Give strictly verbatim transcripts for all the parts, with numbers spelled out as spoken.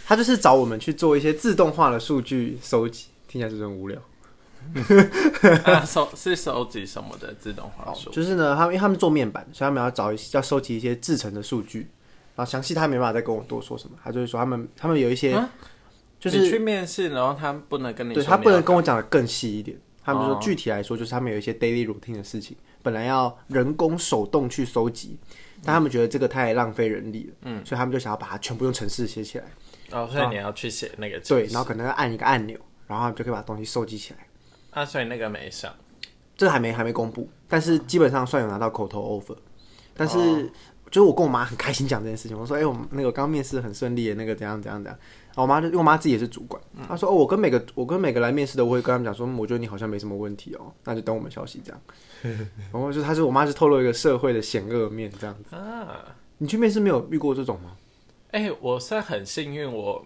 他就是找我们去做一些自动化的数据收集，听起来是很无聊。 啊，收是收集什么的自动化数？ 就是呢，他们因为他们做面板，所以他们要找一要收集一些制成的数据，然后详细他没办法再跟我多说什么，他就是说他们他们有一些，啊、就是你去面试，然后他不能跟你说， 对他不能跟我讲的更细一点。他们说具体来说，就是他们有一些 daily routine 的事情，本来要人工手动去收集，但他们觉得这个太浪费人力了，嗯，所以他们就想要把它全部用程式写起来。 哦，所以你要去写那个程式， 对，然后可能要按一个按钮，然后他们就可以把东西收集起来。 啊，所以那个没上， 这个还没还没公布，但是基本上算有拿到口头 offer。但是、哦、就是我跟我妈很开心讲这件事情，我说：“哎、欸，我们那个刚面试很顺利的，那个怎样怎样怎样。”然后我妈就因为我妈自己也是主管，她说：“哦，我跟每个我跟每个来面试的，我会跟他们讲说，我觉得你好像没什么问题哦，那就等我们消息这样。”然后就她是我妈是透露一个社会的险恶面这样子啊。你去面试没有遇过这种吗？ 哎、欸，我算很幸运，我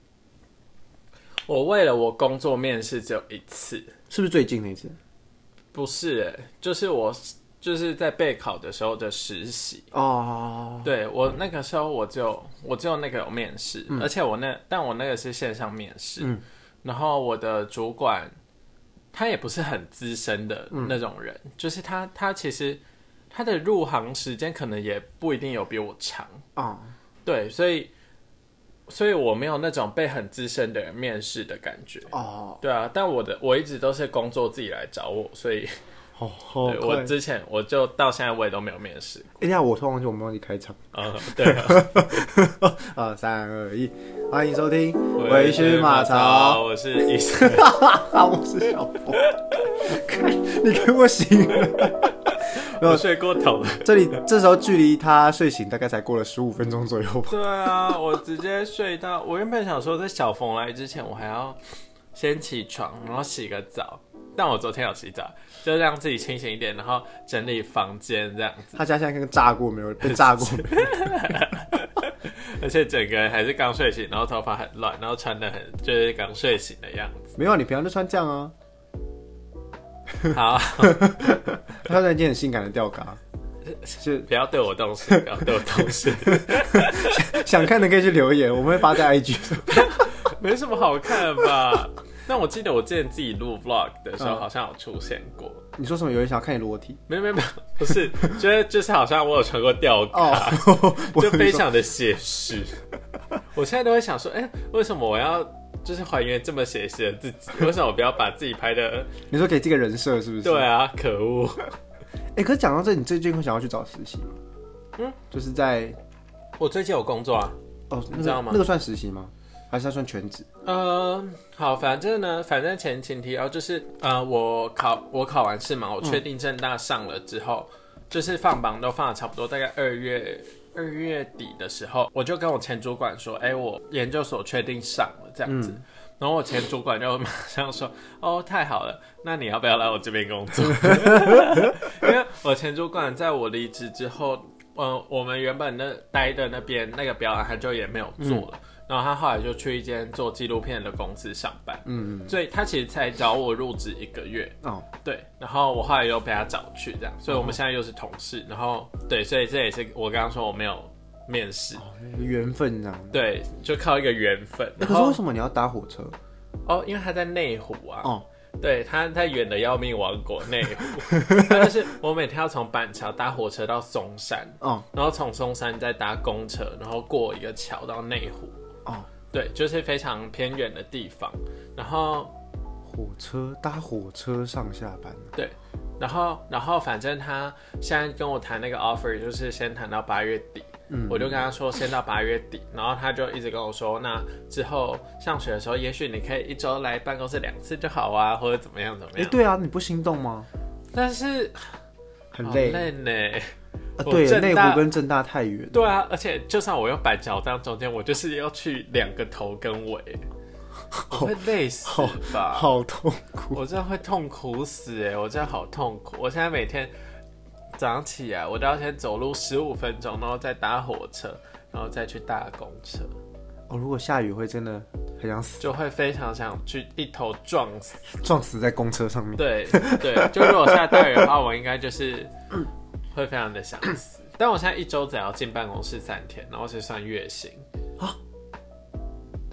我为了我工作面试只有一次。 是不是最近那次？ 不是、欸，就是我就是在备考的时候的实习哦。对，我那个时候我只有我只有那个有面试、嗯，而且我那但我那个是线上面试、嗯，然后我的主管他也不是很资深的那种人，嗯、就是他他其实他的入行时间可能也不一定有比我长啊、嗯。对，所以。所以我没有那种被很资深的人面试的感觉哦， oh. 对啊，但我的我一直都是工作自己来找我，所以，哦、oh, oh, 我之前我就到现在我也都没有面试。 哎呀，我突然忘记我们忘记开场啊，对啊， 啊，三二一，欢迎收听《微醺马槽》， 我是医生， 我是小波，你给我醒了。 我睡过头了。 这里这时候距离他睡醒大概才过了十五分钟左右吧。 对啊，我直接睡到。我原本想说，在小冯来之前，我还要先起床，然后洗个澡。但我昨天有洗澡，就让自己清醒一点，然后整理房间这样子。 他家现在跟炸过没有？被炸过没有？ 而且整个人还是刚睡醒，然后头发很乱，然后穿的很就是刚睡醒的样子。 没有，你平常就穿这样啊。 好， 他穿一件很性感的吊嘎， 就不要对我动手，不要对我动手。 想看的可以去留言，我们会发在 I G 上。 没什么好看吧？但我记得我之前自己录 vlog 的时候，好像有出现过。 嗯、你说什么？有人想要看你裸体？ 没有没有没有，不是，就是就是好像我有穿过吊嘎，哦、就非常的写实。我现在都会想说，哎、欸，为什么我要？就是还原这么写实的自己，为什么我不要把自己拍的？ 你说给这个人设是不是？ 对啊，可恶！ 哎、欸，可是讲到这，你最近会想要去找实习吗？嗯，就是在我最近有工作啊。 哦，那个、 你知道吗？ 那个算实习吗？还是它算全职？ 呃，好，反正呢，反正前前提要就是呃，我考我考完试嘛，我确定政大上了之后，嗯、就是放榜都放了差不多，大概二月。二月底的时候，我就跟我前主管说：“哎、欸，我研究所确定上了这样子。嗯”然后我前主管就马上说：“哦，太好了，那你要不要来我这边工作？”因为我前主管在我离职之后，嗯、呃，我们原本那待的那边那个表演他就也没有做了。嗯，然后他后来就去一间做纪录片的公司上班，嗯嗯，所以他其实才找我入职一个月，哦，对，然后我后来又被他找去这样，所以我们现在又是同事，然后对，所以这也是我刚刚说我没有面试，哦， 缘分这样，对， 就靠一个缘分。 可是为什么你要搭火车？ 哦，因为他在内湖啊，哦，对，他在远的要命王国内湖，他就是我每天要从板桥搭火车到松山，哦，然后从松山再搭公车，然后过一个桥到内湖。哦，对，就是非常偏远的地方，然后火车搭火车上下班， 对，然后然后反正他现在跟我谈那个 offer 就是先谈到八月底，嗯，我就跟他说先到八月底，然后他就一直跟我说，那之后上学的时候，也许你可以一周来办公室两次就好啊，或者怎么样怎么样。 哎，对啊，你不心动吗？ 但是很累， 好累呢。 啊，对，内湖跟政大太远。 对啊，而且就算我用板桥当中间，我就是要去两个头跟尾，我会累死吧？ 好痛苦， 我真的会痛苦死哎！我真的好痛苦。我现在每天早上起来，我都要先走路十五分钟，然后再搭火车，然后再去搭公车。 哦，如果下雨会真的很想死， 就会非常想去一头撞死， 撞死在公车上面。 对对，就如果下大雨的话，我应该就是。会非常的想死，但我现在一周只要进办公室三天，然后是算月薪啊。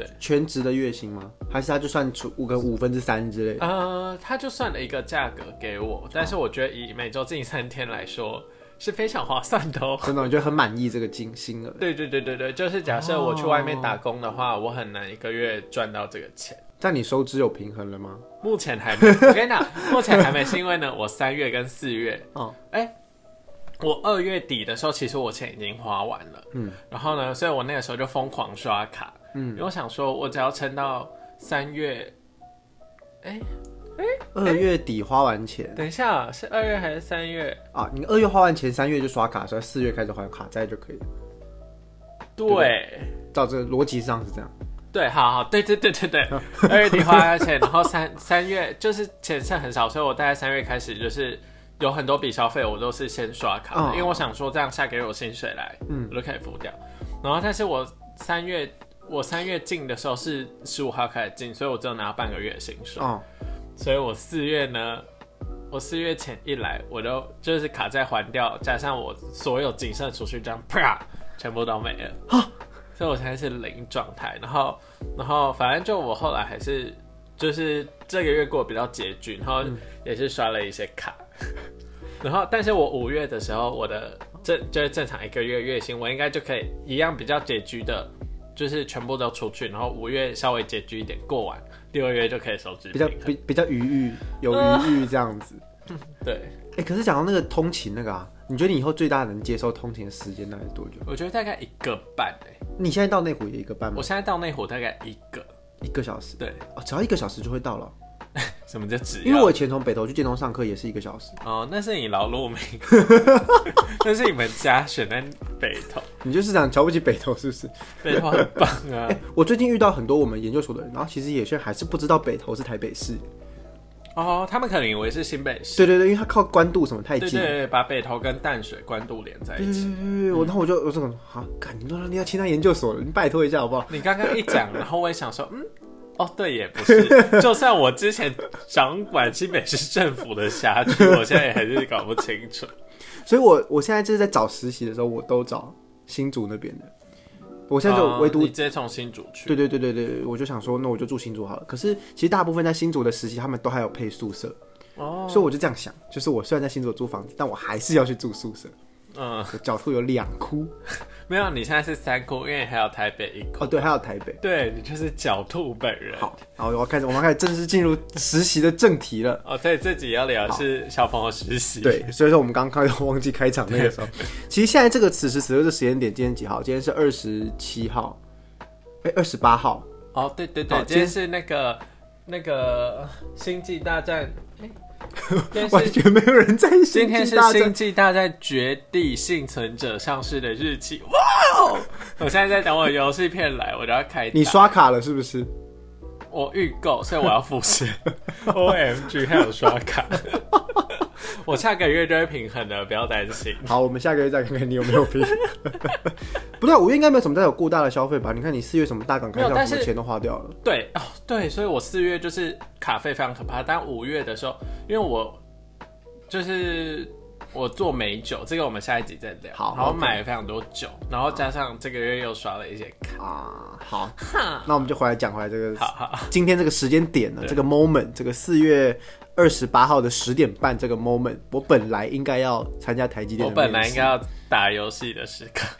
对， 全职的月薪吗？还是他就算出五个五分之三之类的？ 呃，他就算了一个价格给我，但是我觉得以每周进三天来说是非常划算的哦。 真的，我觉得很满意这个金薪额。 对对对对对，就是假设我去外面打工的话，我很难一个月赚到这个钱。 但你收支有平衡了吗？ 目前还没，我跟你讲，目前还没，是因为呢，我三月跟四月，哦，哎、欸，我二月底的时候，其实我钱已经花完了，嗯，然后呢，所以我那个时候就疯狂刷卡，嗯，因为我想说，我只要撑到三月，哎、欸，哎、欸， 二月底花完钱， 等一下，是二月还是三月啊？你二月花完钱，三月就刷卡，所以四月开始还卡债就可以了。 对， 对，照这个逻辑上是这样。 对，好好，对对对对对，二月底花了钱，然后三三月就是钱剩很少，所以我大概三月开始就是有很多笔消费，我都是先刷卡的，哦、因为我想说这样下个月我薪水来，嗯，我就可以付掉。然后，但是我三月我三月进的时候是十五号开始进，所以我只有拿半个月的薪水，哦，所以我四月呢，我四月钱一来，我都就是卡债还掉，加上我所有仅剩的储蓄这样啪全部都没了。哦，所以我现在是零状态，然后，然后反正就我后来还是就是这个月过得比较拮据，然后也是刷了一些卡，嗯、然后但是我五月的时候，我的正就是正常一个月月薪，我应该就可以一样比较拮据的，就是全部都出去，然后五月稍微拮据一点过完，六月就可以收支比较比比较余裕有余裕这样子， 呃、对。 哎、欸，可是讲到那个通勤那个啊，你觉得你以后最大能接受通勤的时间大概是多久？ 我觉得大概一个半哎、欸。 你现在到内湖也一个半吗？ 我现在到内湖大概一个一个小时。 对， 哦，只要一个小时就会到了。 什么叫只要？ 因为我以前从北投去建中上课也是一个小时。 哦，那是你劳碌命，那是你们家选在北投。 你就是想瞧不起北投是不是？ 北投很棒啊、 欸！我最近遇到很多我们研究所的人，然后其实有些人还是不知道北投是台北市。 哦，他们可能以为是新北市。 对对对，因为它靠关渡什么太近。 对对对，把北投跟淡水关渡连在一起。 对对对对，我然后我就我这种啊，干你都你要签他研究所了，你拜托一下好不好？ 你刚刚一讲，然后我也想说，嗯，哦对，也不是。就算我之前掌管新北市政府的辖区，我现在也还是搞不清楚。 所以我我现在就是在找实习的时候，我都找新竹那边的。我现在就唯独、 哦、你直接从新竹去。 对对对对对，我就想说，那我就住新竹好了。可是其实大部分在新竹的实习，他们都还有配宿舍，哦，所以我就这样想，就是我虽然在新竹租房子，但我还是要去住宿舍。嗯，狡兔有两窟， 没有，你现在是三窟，因为还有台北一窟。 哦，对，还有台北， 对，你就是狡兔本人。 好，好，我要开始，我们要开始正式进入实习的正题了。 哦，对，这集要聊的是小朋友实习。 对，所以说我们刚刚忘记开场那个时候，其实现在这个此时此刻的时间点，今天几号？今天是二十七号，哎，二十八号。 哦，对对对，今天是那个那个星际大战。 完全没有人在星际大战。 今天是《星际大战：绝地幸存者》上市的日期。哇哦！我现在在等我游戏片来，我就要开打。 你刷卡了是不是？ 我预购，所以我要付钱。O M G， 还有刷卡。我下个月就会平衡的，不要担心。 好，我们下个月再看看你有没有平衡。不对，五月应该没有什么再有过大的消费吧？你看你四月什么大港开销，什么钱都花掉了。 对哦，对，所以我四月就是卡费非常可怕。但五月的时候，因为我就是我做美酒，这个我们下一集再聊。 好， 然后买了非常多酒，然后加上这个月又刷了一些卡。 啊，好，那我们就回来讲回来这个， 好好， 今天这个时间点呢，这个 moment， 这个四月二十八号的十点半这个 moment， 我本来应该要参加台积电的面试， 我本来应该要打游戏的时刻。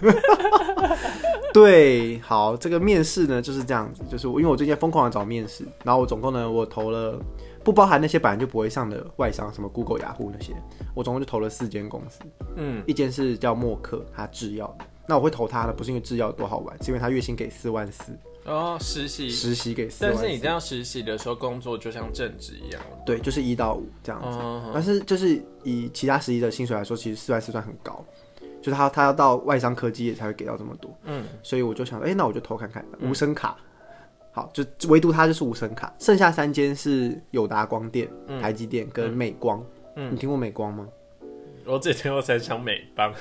对，好，这个面试呢就是这样子，就是因为我最近疯狂的找面试，然后我总共呢我投了，不包含那些本来就不会上的外商，什么 Google、雅虎那些，我总共就投了四间公司，嗯，一间是叫默克，它制药的，那我会投它呢，不是因为制药多好玩，是因为它月薪给四万四。 哦，实习实习给四万四， 但是你这样实习的时候，工作就像正职一样。 对，就是一到五这样子。哦、但是就是以其他实习的薪水来说，其实四万四算很高，就是他他要到外商科技业才会给到这么多。嗯，所以我就想，哎、欸，那我就投看看无声卡。好，就唯独它就是无声卡，剩下三间是友达光电、嗯、台积电跟美光。嗯，你听过美光吗？ 我只听过三商美邦。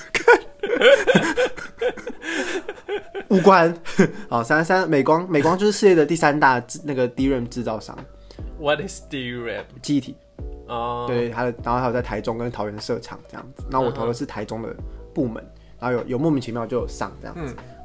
无关。好，三三美光，美光就是世界的第三大那个 D RAM 制造商。 What is D RAM？ 记忆体。哦、oh. ，对，它的，然后还有在台中跟桃园设厂这样子。然后我投的是台中的部门，然后有有莫名其妙就有上这样子。嗯、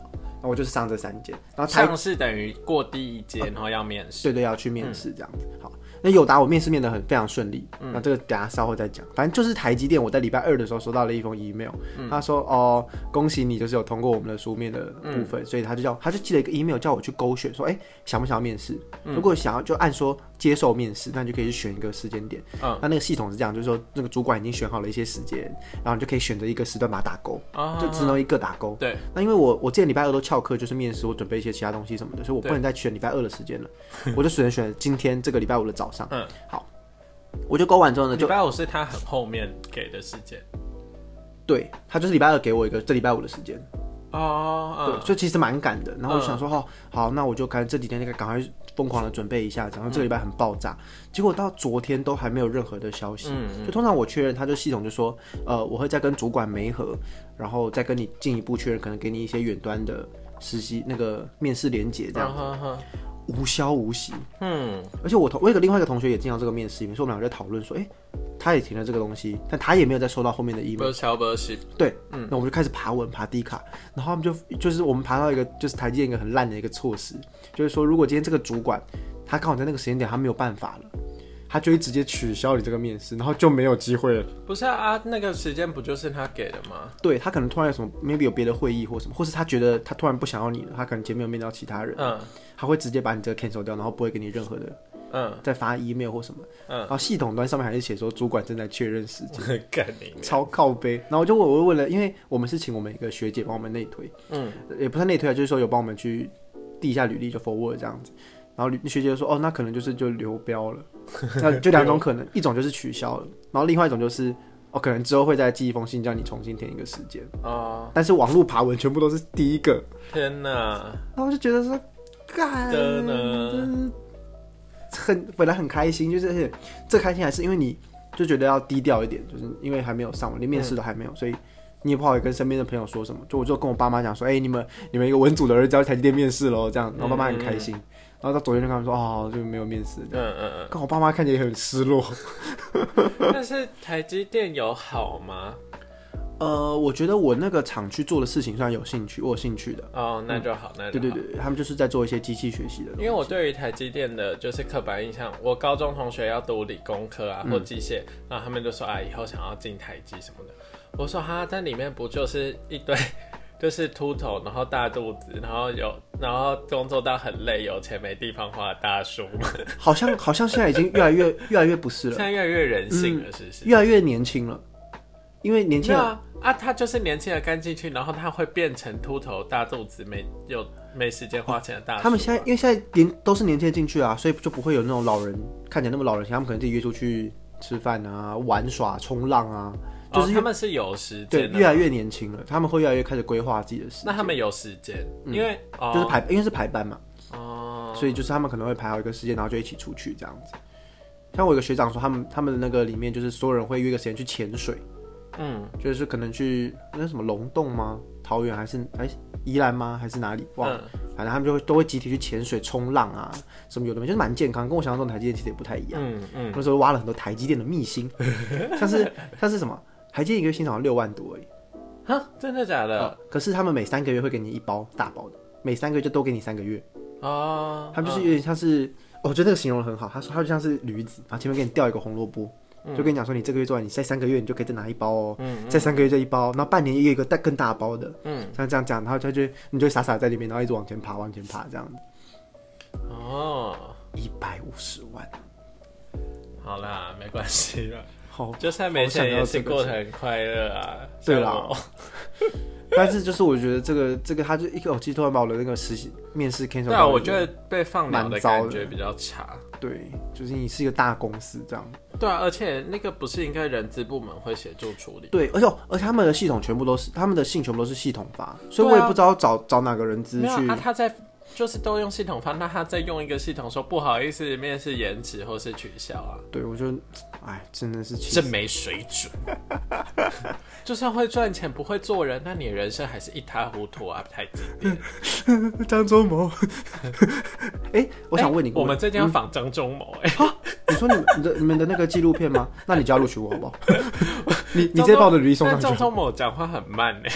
后我就是上这三间，然后台上是等于过第一阶，然后要面试。 对对，要去面试这样子。好，那友达我面试面得很非常顺利，那、嗯、这个等一下稍后再讲。反正就是台积电，我在礼拜二的时候收到了一封 email，、嗯、他说哦，恭喜你就是有通过我们的书面的部分，嗯、所以他就叫他就寄了一个 email 叫我去勾选，说哎、欸、想不想要面试？嗯、如果想要就按说接受面试，那你就可以去选一个时间点。嗯、那那个系统是这样，就是说那个主管已经选好了一些时间，然后你就可以选择一个时段把它打勾，啊、就只能一个打勾。对。那因为我我之前礼拜二都翘课，就是面试，我准备一些其他东西什么的，所以我不能再选礼拜二的时间了，我就只能选今天这个礼拜五的早上。嗯，好。我就勾完之后呢，就礼拜五是他很后面给的时间， 对，他就是礼拜二给我一个这礼拜五的时间哦，嗯、 对，所以其实蛮赶的。然后我就想说，哦，好，那我就开这几天那个赶快疯狂的准备一下，然后这个礼拜很爆炸。嗯、结果到昨天都还没有任何的消息，嗯嗯就通常我确认，他就系统就说，呃，我会再跟主管媒合，然后再跟你进一步确认，可能给你一些远端的实习那个面试连结这样子。嗯嗯无消无息，嗯，而且我同我有个另外一个同学也进到这个面试里面，所以我们两个在讨论说，哎、欸，他也填了这个东西，但他也没有再收到后面的 email， 不消不息， 对，嗯，那我们就开始爬文爬 D 卡，然后他们就就是我们爬到一个就是台积电一个很烂的一个措施，就是说如果今天这个主管他刚好在那个时间点他没有办法了，他就会直接取消你这个面试，然后就没有机会了。 不是 啊, 啊，那个时间不就是他给的吗？ 对，他可能突然有什么 maybe 有别的会议或什么，或是他觉得他突然不想要你了，他可能前面有面到其他人，嗯。他会直接把你这个 cancel 掉，然后不会给你任何的，嗯，再发 email 或什么，嗯，然后系统端上面还是写说主管正在确认时间， 干你， 超靠背。然后我就我就问了，因为我们是请我们一个学姐帮我们内推，嗯，也不是内推啊，就是说有帮我们去递一下履历就 forward 这样子。然后学姐就说，哦，那可能就是就流标了，那就两种可能，一种就是取消了，然后另外一种就是哦，可能之后会再寄一封信叫你重新填一个时间啊。但是网络爬文全部都是第一个， 天哪！ 然后我就觉得说。干的呢，很本来很开心，就是这开心还是因为你就觉得要低调一点，就是因为还没有上完，连面试都还没有，嗯、所以你也不好跟身边的朋友说什么。就我就跟我爸妈讲说，哎、欸，你们你们一个文组的儿子要台积电面试咯，这样，然后爸妈很开心。嗯嗯然后到昨天就跟他们说，哦，就没有面试，嗯嗯嗯，跟我爸妈看起来也很失落。 但是台积电有好吗？ 呃，我觉得我那个厂去做的事情算有兴趣，我有兴趣的哦，那就好，嗯、那就好。 对对对，他们就是在做一些机器学习的东西。 因为我对于台积电的就是刻板印象，我高中同学要读理工科啊或机械，嗯、然后他们就说啊，以后想要进台积什么的。我说哈，在里面不就是一堆就是秃头，然后大肚子，然后有然后工作到很累，有钱没地方花的大叔吗？ 好像好像现在已经越来越越来越不是了， 现在越来越人性了，是不是？ 越来越年轻了。因为年轻人啊啊，他就是年轻人干进去，然后他会变成秃头、大肚子、没有没时间花钱的大叔。 他们现在因为现在年都是年轻人进去啊，所以就不会有那种老人看起来那么老人型，他们可能自己约出去吃饭啊、玩耍、冲浪啊，就是、 哦、他们是有时间， 对，越来越年轻了，他们会越来越开始规划自己的时间。 那他们有时间，因为、 嗯哦、就是排，因为是排班嘛，哦，所以就是他们可能会排好一个时间，然后就一起出去这样子。像我有个学长说，他们他们的那个里面就是所有人会约个时间去潜水。嗯，就是可能去那什么龙洞吗？桃园还是哎宜兰吗？还是哪里？忘了，嗯、反正他们就会都会集体去潜水、冲浪啊，什么有的没，就是蛮健康，跟我想象中的台积电其实也不太一样。嗯嗯，那时候挖了很多台积电的秘辛，像是像是什么台积电一个月薪好像六万多而已。 哈，真的假的、哦？ 可是他们每三个月会给你一包大包的，每三个月就都给你三个月。哦，他们就是有点像是，哦、我觉得这个形容的很好。他说他就像是驴子，然后前面给你吊一个红萝卜。就跟你讲说，你这个月做完，你再三个月你就可以再拿一包哦，嗯嗯、再三个月就一包，然后半年又一个更大包的，嗯，像这样讲，然后他就你就傻傻在里面，然后一直往前爬，往前爬这样子。哦，一百五十万， 好啦，没关系啦，好，就算没钱也是过得很快乐啊。 对啦，但是就是我觉得这个这个，他就一口气突然把我的那个实习面试 cancel 掉。对啊，我觉得被放鸟的感觉比较差。 对，就是你是一个大公司这样。 对啊，而且那个不是应该人资部门会协助处理？ 对，而且而且他们的系统全部都是他们的信全部都是系统发，所以我也不知道找找哪个人资去。 没有啊，他在就是都用系统发，那他再用一个系统说不好意思，面试延迟或是取消啊。 对，我就哎，真的是真没水准。就算会赚钱不会做人，那你人生还是一塌糊涂啊！太经典。 张忠谋，哎、欸，我想问你， 欸、我们最近要访张忠谋，哎、欸， 你说你们的你们的那个纪录片吗？那你就要录取我好不好？你你直接把我的履历送上去。 张忠谋讲话很慢哎、欸，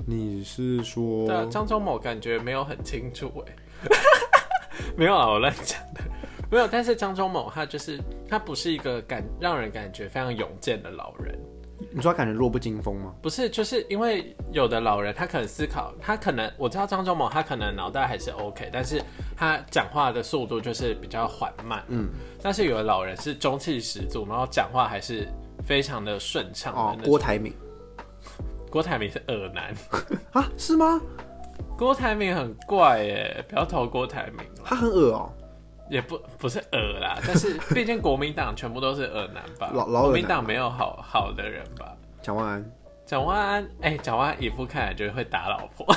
你是说？ 对啊，张忠谋感觉没有很清楚哎，没有啊，我乱讲的，没有。但是张忠谋他就是他不是一个感让人感觉非常勇健的老人。 你说他感觉弱不禁风吗？ 不是，就是因为有的老人他可能思考，他可能我知道张忠谋他可能脑袋还是 OK， 但是他讲话的速度就是比较缓慢。嗯，但是有的老人是中气十足，然后讲话还是非常的顺畅的。哦， 郭台铭， 郭台铭是恶男啊？是吗？ 郭台铭很怪耶，不要投郭台铭了。 他很恶哦。 也不不是恶啦，但是毕竟国民党全部都是恶男吧， 老老国民党没有好好的人吧。 蒋万安， 蒋万安，哎、欸，蒋万安一副看来就是会打老婆。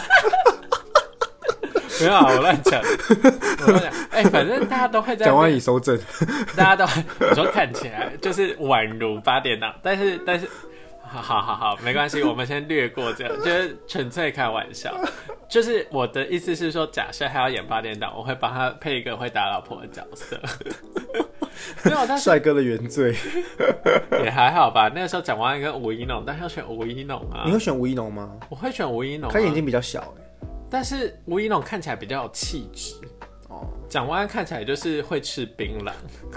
没有啊，我乱讲，我乱讲。哎、欸，反正大家都会在蒋万安已收证， 大家都你说看起来就是宛如八点档，但是但是。好好好好，没关系，我们先略过这样，就是纯粹开玩笑。就是我的意思是说，假设他要演八点档，我会帮他配一个会打老婆的角色。没有，但是帅哥的原罪也还好吧。那个时候蒋万安跟吴怡农，但要选吴怡农啊。 你会选吴怡农吗？ 我会选吴怡农、啊， 他眼睛比较小哎， 但是吴怡农看起来比较有气质。哦，蒋万安看起来就是会吃槟榔。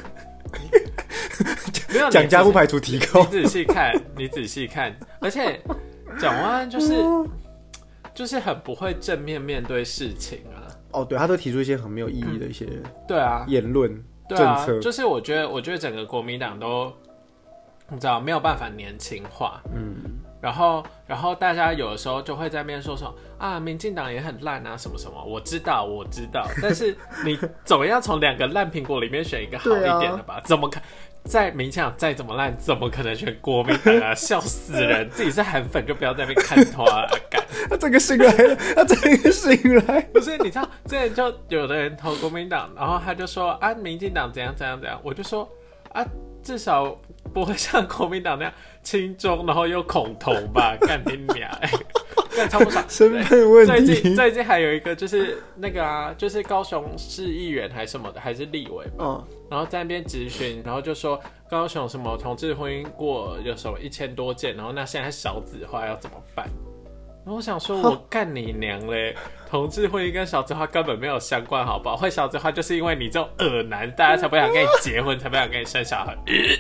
没有蒋家不排除提高。 你仔细看，你仔细看，而且蒋万安就是就是很不会正面面对事情啊。 哦，对，他都提出一些很没有意义的一些对啊言论政策，对啊，就是我觉得，我觉得整个国民党都你知道没有办法年轻化，嗯。然后，然后大家有的时候就会在那边说什么啊，民进党也很烂啊，什么什么。我知道，我知道，但是你总要从两个烂苹果里面选一个好一点的吧？啊、怎么看？在民进党再怎么烂，怎么可能选国民党啊？笑死人！自己是韩粉就不要在那边看拖啊，干！ 他整个醒来了，他整个醒来。 不是，你知道，之前就有的人投国民党，然后他就说啊，民进党怎样怎样怎样，我就说啊，至少不会像国民党那样亲中，然后又恐同吧？干你娘！哎、欸，干超不爽。 身份问题。 最近最近还有一个就是那个啊，就是高雄市议员还是什么的，还是立委吧。嗯。然后在那边质询，然后就说高雄什么同志婚姻过有什么一千多件，然后那现在少子化要怎么办？然后我想说，我干你娘嘞！同志婚姻跟少子化根本没有相关，好不好？会少子化就是因为你这种恶男，大家才不想跟你结婚，才不想跟你生小孩。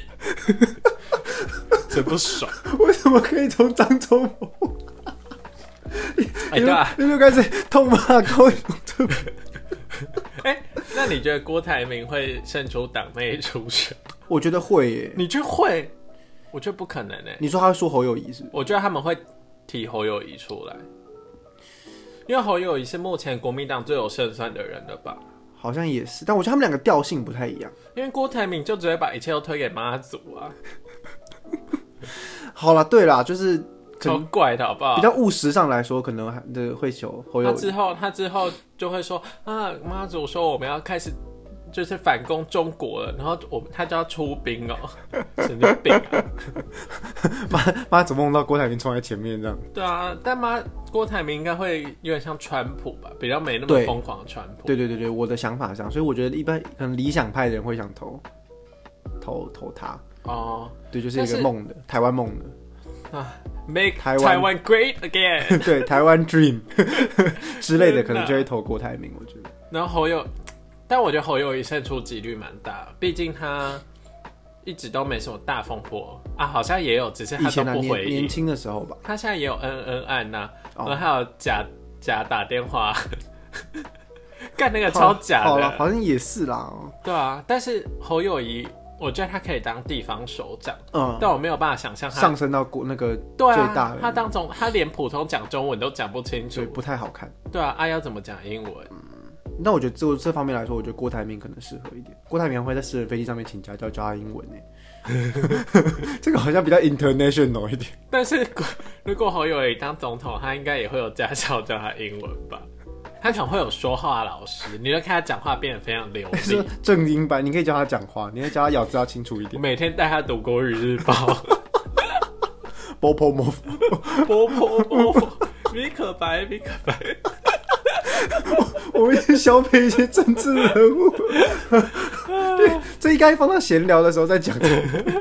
真不爽！ 为什么可以从张忠谋？ 哎，对啊， 你就开始痛骂高雄这边。 哎，那你觉得郭台铭会胜出党内初选？ 我觉得会耶。 你觉得会？我觉得不可能耶。 你说他会说侯友宜是不是？ 我觉得他们会提侯友宜出来，因为侯友宜是目前国民党最有胜算的人了吧？ 好像也是，但我觉得他们两个调性不太一样。 因为郭台铭就只会把一切都推给妈祖啊。 好啦，对啦，就是超怪的好不好？ 比较务实上来说，可能会求侯友宜。 他之后，他之后就会说啊，妈祖说我们要开始就是反攻中国了，然后我他就要出兵哦，神经病啊！ 妈妈祖梦到郭台铭冲在前面这样。 对啊，但妈郭台铭应该会有点像川普吧，比较没那么疯狂的川普。 对对对对，我的想法上，所以我觉得一般可能理想派的人会想投投投他。哦，对，就是一个梦的台湾梦的啊 ，Make Taiwan Great Again， 对，台湾 Dream 之类的，可能就会投郭台铭，我觉得。 然后侯友，但我觉得侯友宜胜出几率蛮大，毕竟他一直都没什么大风波啊，好像也有，只是他都不回应。 年轻的时候吧， 他现在也有恩恩案呐、啊，哦、然后还有假假打电话，干那个超假的， 好了，好像也是啦、哦。 对啊，但是侯友宜。我觉得他可以当地方首长，嗯，但我没有办法想象他上升到国那个最大的、 啊，他当总，他连普通讲中文都讲不清楚， 不太好看。对啊，啊要怎么讲英文？ 嗯，那我觉得这这方面来说，我觉得郭台铭可能适合一点。郭台铭会在私人飞机上面请家教教他英文呢，这个好像比较 international 一点。 但是如果侯友宜当总统，他应该也会有家教教他英文吧？他可能会有说话老师，你就看他讲话变得非常流利， 正音班，你可以教他讲话，你可以教他咬字要清楚一点。 我每天带他读《国语日报》， 波波摩波波波波，米可白，米可白。 我们一直消费一些政治人物，对，这应该放到闲聊的时候再讲。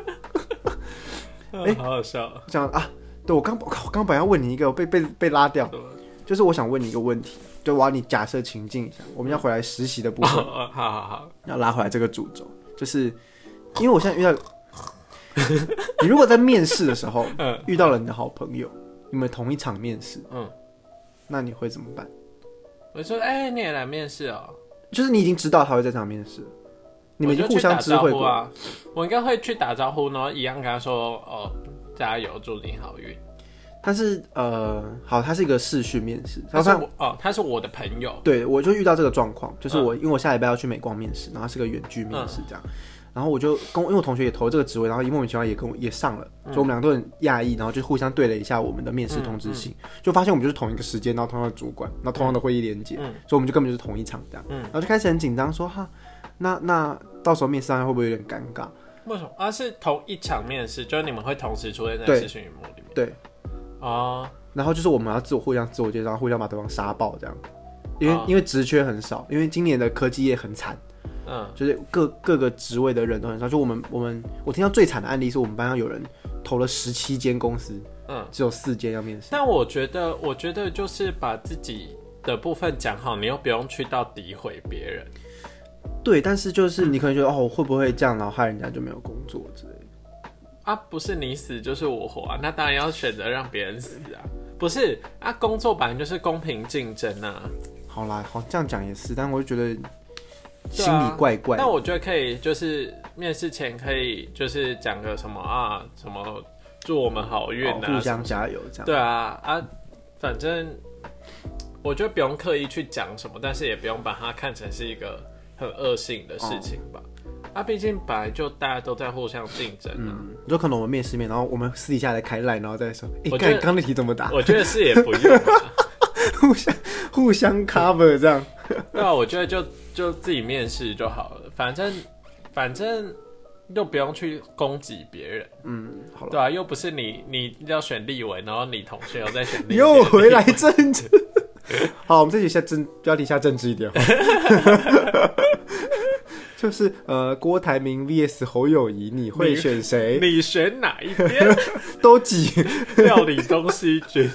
哎、欸，好好笑。 讲啊，对我刚我刚本来要问你一个，我被被被拉掉。 就是我想问你一个问题，就我要你假设情境一下，我们要回来实习的部分， 哦、好好好， 要拉回来这个主轴，就是因为我现在遇到，你如果在面试的时候、嗯、遇到了你的好朋友，你们同一场面试，嗯，那你会怎么办？ 我说，哎、欸，你也来面试哦？ 就是你已经知道他会在这场面试，你们已经互相知会过啊。我应该会去打招呼，然后一样跟他说，哦，加油，祝你好运。 但是呃，好，他是一个视讯面试， 他是我哦，他是我的朋友， 对，我就遇到这个状况，就是我、嗯、因为我下礼拜要去美光面试，然后是个远距面试这样，嗯、然后我就跟因为我同学也投这个职位，然后莫名其妙也跟我也上了，嗯、所以我们两个都很讶异，然后就互相对了一下我们的面试通知信，嗯嗯、就发现我们就是同一个时间，然后同样的主管，然后同样的会议连结，嗯、所以我们就根本就是同一场这样，嗯、然后就开始很紧张，说哈，那那到时候面试上会不会有点尴尬？ 为什么啊？是同一场面试，就是你们会同时出现在视讯荧幕里面， 对，哦。然后就是我们要自我互相自我介绍，互相把对方杀爆这样，因为、哦、因为职缺很少，因为今年的科技业很惨，嗯，就是各各个职位的人都很少。就我们我们我听到最惨的案例是我们班上有人投了十七间公司，嗯，只有四间要面试。 但我觉得，我觉得就是把自己的部分讲好，你又不用去到诋毁别人。 对，但是就是你可能觉得、嗯、哦，会不会这样，然后害人家就没有工作之类的。 啊，不是你死就是我活啊，那当然要选择让别人死啊。不是啊，工作本来就是公平竞争啊。 好啦，好这样讲也是，但我就觉得心里怪怪的。 那、啊、我觉得可以，就是面试前可以就是讲个什么啊，什么祝我们好运啊、 哦，互相加油这样。 对啊啊，反正我觉得不用刻意去讲什么，但是也不用把它看成是一个很恶性的事情吧。哦啊，毕竟本来就大家都在互相竞争啊。 嗯，就可能我们面试面，然后我们私底下来开 line， 然后再说，哎、欸，刚刚那题怎么打？ 我觉得是也不用、啊， 互相互相 cover 这样。 对啊，我觉得就就自己面试就好了，反正反正又不用去攻击别人。嗯，好了，对啊，又不是你你要选立委，然后你同学又在选立委， 又回来政治。好，我们这集下政标题下政治一点。就是呃，郭台铭 V S 侯友宜，你会选谁？ 你选哪一边？ 都挤， 料理东西军。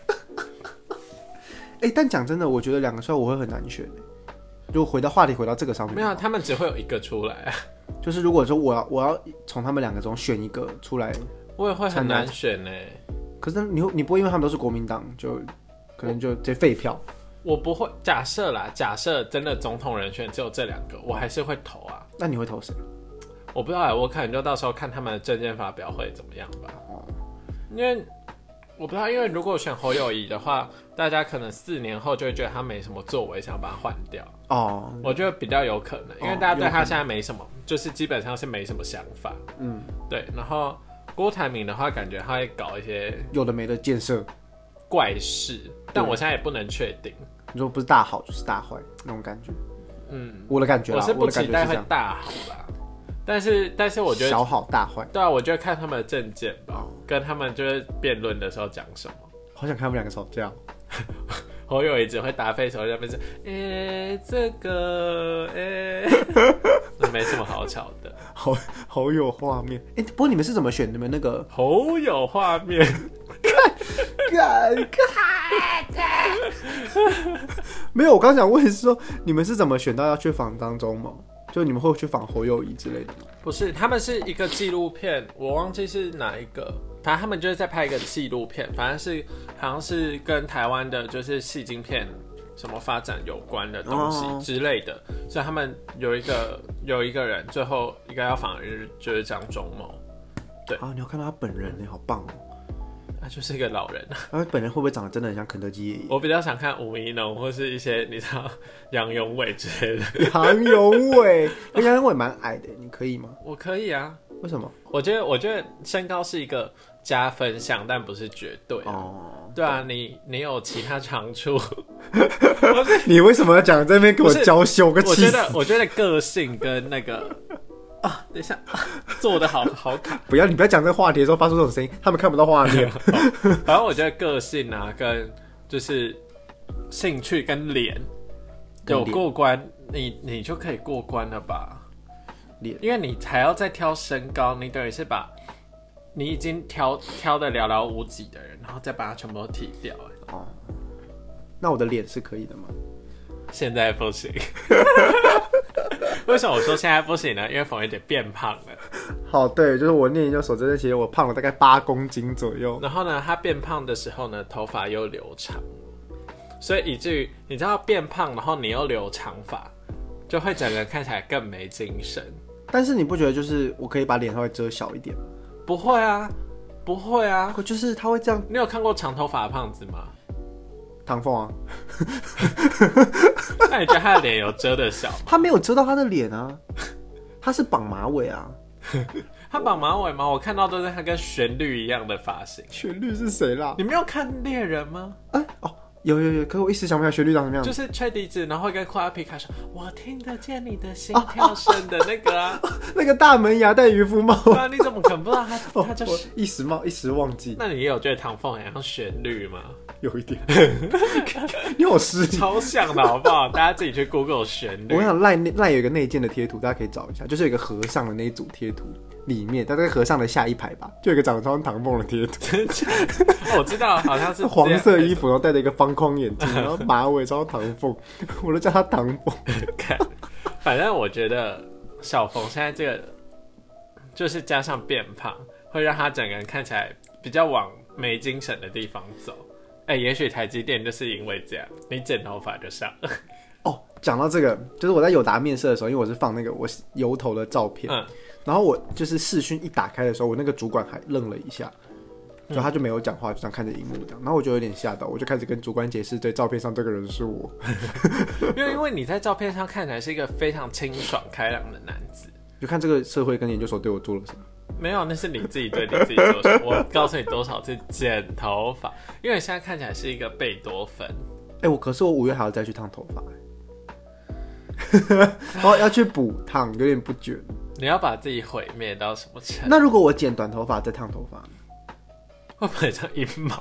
哎、欸，但讲真的，我觉得两个出来我会很难选。如果回到话题，回到这个上面， 没有，他们只会有一个出来啊。 就是如果说我要我要从他们两个中选一个出来， 我也会很难选呢、欸。 可是你你不会因为他们都是国民党，就可能就直接废票。 我不会，假设啦，假设真的总统人选只有这两个，我还是会投啊。 那你会投谁？ 我不知道哎，我可能就到时候看他们的政见发表会怎么样吧。哦，因为我不知道，因为如果选侯友宜的话，大家可能四年后就会觉得他没什么作为，想把他换掉。哦，我觉得比较有可能，因为大家对他现在没什么，就是基本上是没什么想法。嗯，对。然后郭台铭的话，感觉他会搞一些有的没的建设怪事，但我现在也不能确定。 你说不是大好就是大坏那种感觉，嗯，我的感觉啦， 我是不期待会大好啦，但是但是我觉得小好大坏， 对啊，我觉得看他们的政见吧，哦、跟他们就是辩论的时候讲什么， 好想看他们两个吵架。 侯友宜只会答非所问，就是诶这个诶，没什么好吵的， 好好有画面。哎、欸，不过你们是怎么选？你们那个好有画面。 干干干！没有，我刚想问是说，你们是怎么选到要去访当中吗？就你们会去访侯友宜之类的吗？ 不是，他们是一个纪录片，我忘记是哪一个，反正他们就是在拍一个纪录片，反正是好像是跟台湾的就是矽晶片什么发展有关的东西之类的，哦、所以他们有一个有一个人最后应该要访的人就是张忠谋，对啊，你要看到他本人呢，好棒哦。 他就是一个老人啊， 他本人会不会长得真的很像肯德基爷爷？ 我比较想看吴怡农或是一些你知道杨永伟之类的。 杨永伟，杨永伟蛮矮的，你可以吗？ 我可以啊。 为什么？ 我觉得我觉得身高是一个加分项，但不是绝对、啊。哦，对啊，你你有其他长处。 你为什么要讲这边给我娇羞个气死？ 我觉得我觉得个性跟那个。啊，等一下，做的好好卡。 不要，你不要讲这个话题的时候发出这种声音，他们看不到画面。 反正我觉得个性啊，跟就是兴趣跟脸有过关，你你就可以过关了吧？脸，因为你还要再挑身高，你等于是把你已经挑挑的寥寥无几的人，然后再把它全部都剔掉、欸。哦， 那我的脸是可以的吗？ 现在不行。为什么我说现在不行呢？因为冯月姐变胖了。 好，对，就是我念研究所这段期间，我胖了大概八公斤左右。 然后呢，她变胖的时候呢，头发又留长，所以以至于你知道变胖，然后你又留长发，就会整个人看起来更没精神。 但是你不觉得就是我可以把脸稍微遮小一点吗？ 不会啊，不会啊， 就是他会这样。 你有看过长头发的胖子吗？ 唐凤啊。 那你觉得他的脸有遮得小吗？ 他没有遮到他的脸啊，他是绑马尾啊。 他绑马尾吗？我看到都是他跟旋律一样的发型。 旋律是谁啦？ 你没有看猎人吗？ 哎、欸、哦，有有有，可是我一时想不起来旋律长什么样子。 就是吹笛子，然后会跟库拉皮卡说：“我听得见你的心跳声的那个啊。啊” 那个大门牙戴渔夫帽。 对啊，你怎么可能不知道他？他就是、 哦、一时忘一时忘记。 那你有觉得唐凤很像旋律吗？ 有一点。你好失礼， 超像的好不好？大家自己去 Google 旋律。 我想赖赖有一个内建的贴图，大家可以找一下，就是有一个和尚的那一组贴图，里面大概和尚的下一排吧，就有一个长得超像唐凤的贴图。 真的假的？我知道，好像是黄色衣服，然后戴着一个方框眼镜，然后马尾超唐凤，我都叫他唐凤。 反正我觉得小冯现在这个，就是加上变胖，会让他整个人看起来比较往没精神的地方走。哎、欸，也许台积电就是因为这样，你剪头发就上了。 哦，讲到这个，就是我在友达面试的时候，因为我是放那个我油头的照片，嗯，然后我就是视讯一打开的时候，我那个主管还愣了一下，就他就没有讲话，就这样看着荧幕这样，然后我就有点吓到，我就开始跟主管解释，对，照片上这个人是我。 因为因为你在照片上看起来是一个非常清爽开朗的男子， 就看这个社会跟研究所对我做了什么。 没有，那是你自己对你自己做什么。我告诉你多少次剪头发，因为你现在看起来是一个贝多芬。 哎、欸，我可是我五月还要再去烫头发、欸，然后要去补烫，有点不卷。 你要把自己毁灭到什么程度？ 那如果我剪短头发再烫头发， 会不会像阴毛？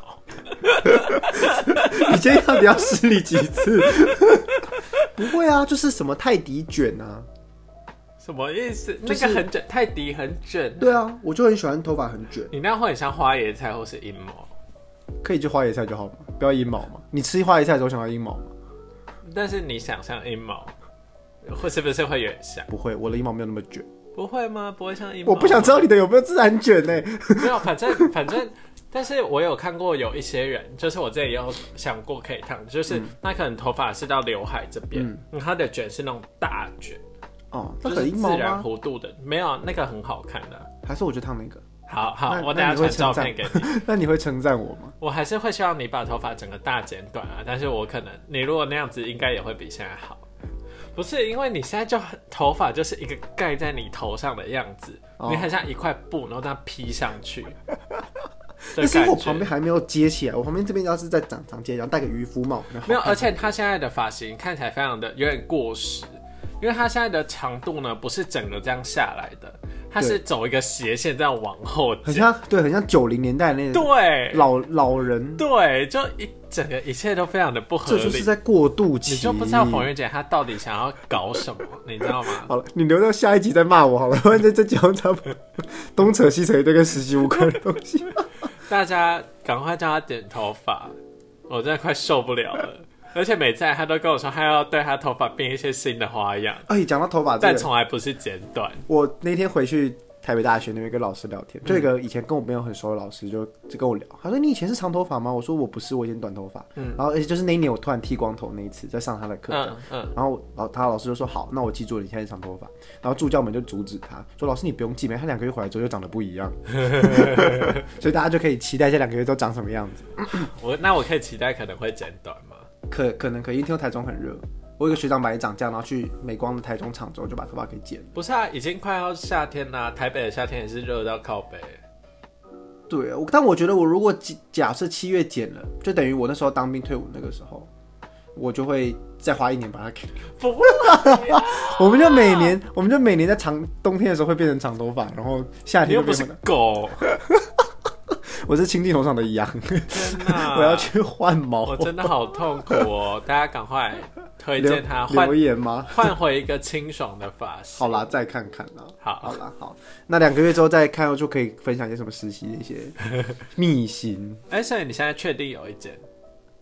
你今天到底要失礼几次？不会啊，就是什么泰迪卷啊。 什么意思？ 就是、 那个很卷，泰迪很卷。 对啊，我就很喜欢头发很卷。 你那样会很像花椰菜或是阴毛。 可以就花椰菜就好吗？不要阴毛嘛。你吃花椰菜的时候想要阴毛吗？ 但是你想象阴毛，会是不是会有点像？ 不会，我的阴毛没有那么卷。 不会吗？不会像阴毛。 我不想知道你的有没有自然卷呢、欸。 没有，反正反正，但是我有看过有一些人，就是我之前也有想过可以烫，就是他可能头发是到刘海这边，嗯，他的卷是那种大卷。 哦， 那很自然弧度的，没有那个很好看的、啊。 还是我就烫那个。 好好，我等一下传照片给你。 那你会称赞我吗？ 我还是会希望你把头发整个大剪短啊，但是我可能你如果那样子，应该也会比现在好。不是因为你现在就头发就是一个盖在你头上的样子，哦、你很像一块布，然后这样披上去。 但是我旁边还没有接起来，我旁边这边要是再长长接，然后戴个渔夫帽。 没有，而且他现在的发型看起来非常的有点过时。因为它现在的长度呢，不是整个这样下来的，它是走一个斜线这样往后剪， 很像对，很像九零年代那种对老老人， 对，就一整个一切都非常的不合理， 这就是在过渡期， 你就不知道冯月姐她到底想要搞什么，你知道吗？ 好了，你留到下一集再骂我好了，不然这这集差不多东扯西扯一堆跟实习无关的东西。 大家赶快叫他剪头发，我真的快受不了了。而且每次他都跟我说，他要对他头发变一些新的花样。 哎，讲到头发、这个， 但从来不是剪短。 我那天回去台北大学那边跟老师聊天，就有一个以前跟我没有很熟的老师就就跟我聊，他说：“你以前是长头发吗？”我说：“我不是，我以前短头发。”嗯，然后而且就是那一年我突然剃光头那一次，在上他的课，嗯嗯，然后然后他老师就说：“好，那我记住了，你现在是长头发。”然后助教们就阻止他说：“老师你不用记，没他两个月回来之后就长得不一样。”所以大家就可以期待这两个月都长什么样子。 我那我可以期待可能会剪短吗？ 可可能可以，因为听说台中很热。我有一个学长本来长这样，然后去美光的台中厂之后就把头发给剪了。 不是啊，已经快要夏天啦、啊，台北的夏天也是热到靠北。 对，但我觉得我如果假设七月剪了，就等于我那时候当兵退伍那个时候，我就会再花一年把它给。 不会、啊， 我们就每年，我们就每年在长冬天的时候会变成长头发，然后夏天就变成你又不是狗。 我是亲地头上的羊， 天哪！ 我要去换毛， 我真的好痛苦哦！大家赶快推荐他留言吗？ 换回一个清爽的发型。 好啦，再看看啦。 好， 好啦，好。那两个月之后再看，就可以分享一些什么实习的一些秘辛。 哎、欸，所以你现在确定有一间？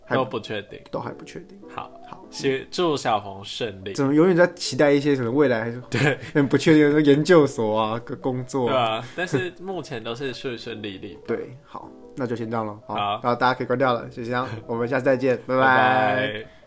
都不确定， 都还不确定。 好， 好， 希祝小红顺利。 怎么永远在期待一些什么未来？ 对， 很不确定的研究所啊，个工作、啊。 对啊，但是目前都是顺顺利利。 对，好，那就先这样了。好， 好然后大家可以关掉了，就这样，我们下次再见，拜拜拜。